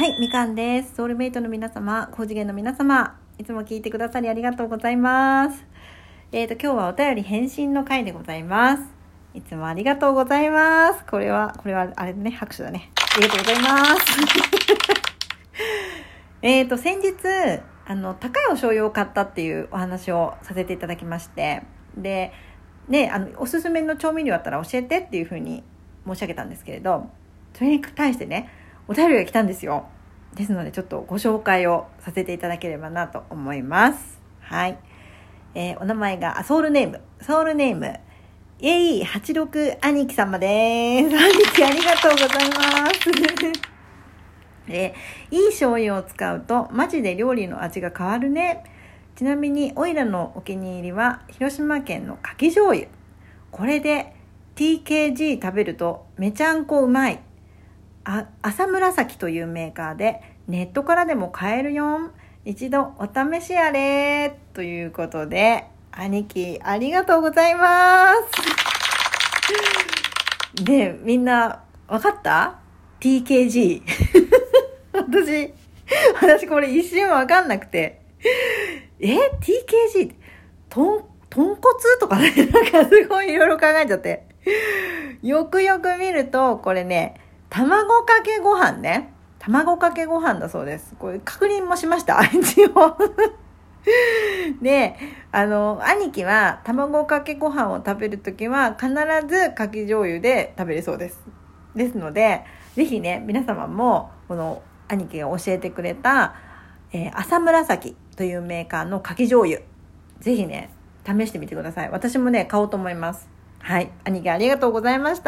はい、みかんです。ソウルメイトの皆様、高次元の皆様、いつも聞いてくださりありがとうございます。今日はお便り返信の回でございます。いつもありがとうございます。これはあれね、拍手だね。ありがとうございます。先日高いお醤油を買ったっていうお話をさせていただきまして、でね、おすすめの調味料あったら教えてっていうふうに申し上げたんですけれど、それに対してね、お便りが来たんですよ。ですのでちょっとご紹介をさせていただければなと思います。はい。お名前がソウルネーム86兄貴様です。兄貴ありがとうございます。いい醤油を使うとマジで料理の味が変わるね。ちなみにオイラのお気に入りは広島県のかき醤油。これで TKG 食べるとめちゃんこうまい。浅紫というメーカーでネットからでも買えるよ。一度お試しあれということで、兄貴ありがとうございます。で、みんな分かった？ TKG 私これ一瞬分かんなくて、TKG 豚骨とかね、なんかすごいいろいろ考えちゃって、よくよく見るとこれね、卵かけご飯ね。卵かけご飯だそうです。これ確認もしました。一応。で、兄貴は卵かけご飯を食べるときは必ずかき醤油で食べるそうです。ですので、ぜひね、皆様もこの兄貴が教えてくれた、浅紫というメーカーのかき醤油、ぜひね、試してみてください。私もね、買おうと思います。はい。兄貴ありがとうございました。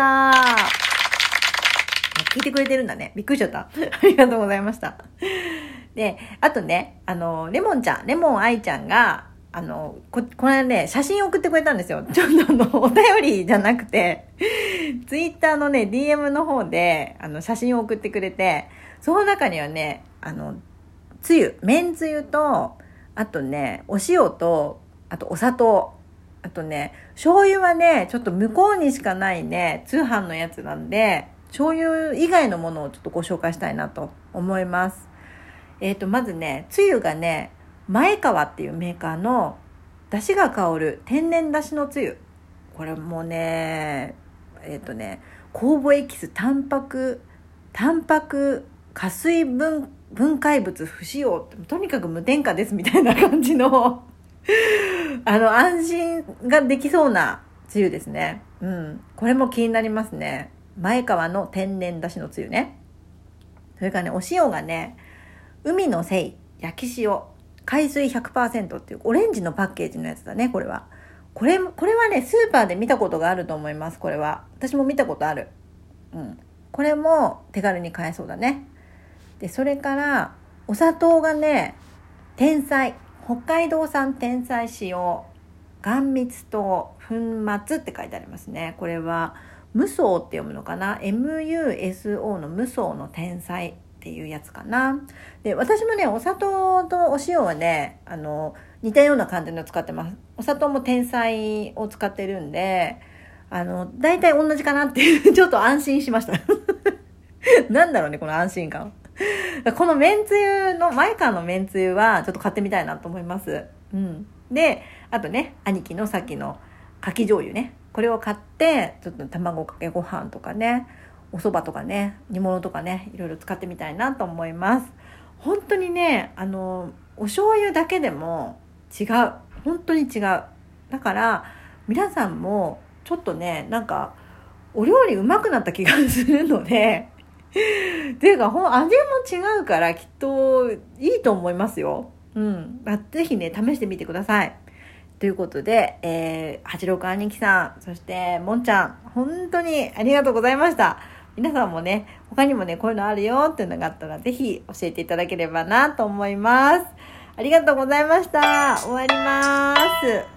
聞いてくれてるんだね。びっくりしちゃった。ありがとうございました。で、あとね、レモン愛ちゃんが、これね、写真送ってくれたんですよ。ちょっとお便りじゃなくて、ツイッターのね、DM の方で、写真を送ってくれて、その中にはね、麺つゆと、あとね、お塩と、あとお砂糖、あとね、醤油はね、ちょっと向こうにしかないね、通販のやつなんで、醤油以外のものをちょっとご紹介したいなと思います。まずね、つゆがね、前川っていうメーカーの出汁が香る天然出汁のつゆ。これもね、酵母エキス、タンパク、加水分解物不使用、とにかく無添加ですみたいな感じの安心ができそうなつゆですね。うん。これも気になりますね。前川の天然だしのつゆね。それからね、お塩がね、海の精油焼き塩海水 100% っていうオレンジのパッケージのやつだね。これはね、スーパーで見たことがあると思います。これは私も見たことある。うん。これも手軽に買えそうだね。で、それからお砂糖がね、天才北海道産天才使用含蜜糖粉末って書いてありますね。これは無糖って読むのかな、 MUSO の無糖の天才っていうやつかな。で、私もね、お砂糖とお塩はね、似たような感じの使ってます。お砂糖も天才を使ってるんで、大体同じかなっていうちょっと安心しましたなんだろうね、この安心感。このめんつゆの前川のめんつゆはちょっと買ってみたいなと思います。うん。で、あとね、兄貴のさっきのかき醤油ね、これを買ってちょっと卵かけご飯とかね、お蕎麦とかね、煮物とかね、いろいろ使ってみたいなと思います。本当にね、お醤油だけでも違う。本当に違う。だから皆さんもちょっとね、なんかお料理うまくなった気がするのでっていうか味も違うからきっといいと思いますよ。うん。ぜひね、試してみてください。ということで、86兄貴さん、そしてもんちゃん、本当にありがとうございました。皆さんもね、他にもね、こういうのあるよっていうのがあったら、ぜひ教えていただければなと思います。ありがとうございました。終わります。